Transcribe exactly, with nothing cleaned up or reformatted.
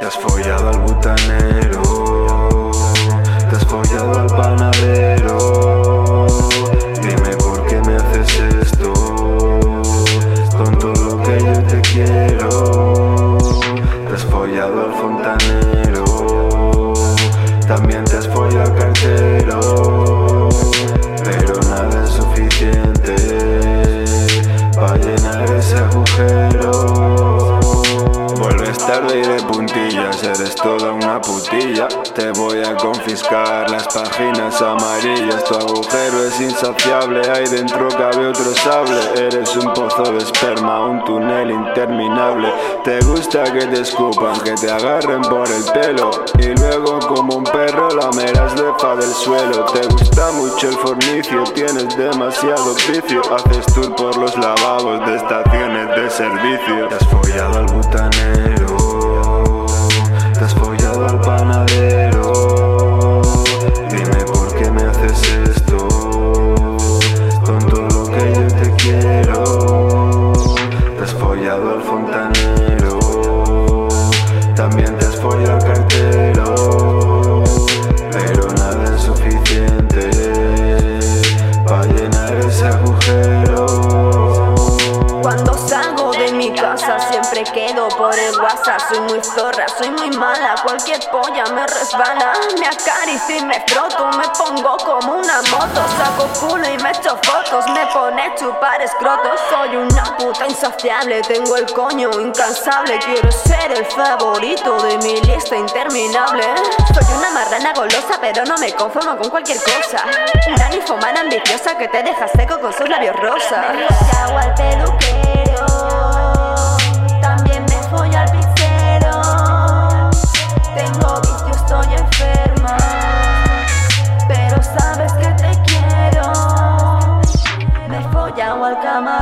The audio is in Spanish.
Te has follado al butanero, te has follado al panadero. Dime por qué me haces esto, con todo lo que yo te quiero. Te has follado al fontanero, también te has follado al cartero. Pero nada es suficiente para llenar ese agujero. Vuelves tarde y de puntillas, eres toda una putilla. Te voy a confiscar las páginas amarillas. Tu agujero es insaciable, ahí dentro cabe otro sable. Eres un pozo de esperma, un túnel interminable. Te gusta que te escupan, que te agarren por el pelo y luego como un perro lamerás de fa del suelo. Te gusta mucho el fornicio, tienes demasiado vicio. Haces tour por los lavabos de estaciones de servicio. Te has follado al butanero, te has follado al panadero. Dime por qué me haces esto, con todo lo que yo te quiero. Te has follado al fontanero, también te has follado al cartero. Pero nada es suficiente para llenar ese agujero. Cuando salgo de mi casa siempre quedo por el WhatsApp. Soy muy zorra, soy muy mala, cualquier polla me resbala. Me acaricio y me froto, me pongo como una moto. Saco culo y me echo fotos, me pone chupar escrotos. Soy una puta insaciable, tengo el coño incansable. Quiero ser el favorito de mi lista interminable. Soy una marrana golosa pero no me conformo con cualquier cosa. Una ninfomana ambiciosa que te deja seco con sus labios rosas. Me follo al peluquero, también me follo al pizzero. Tengo vicio, estoy enferma, pero sabes que te quiero. Me follo al camarero.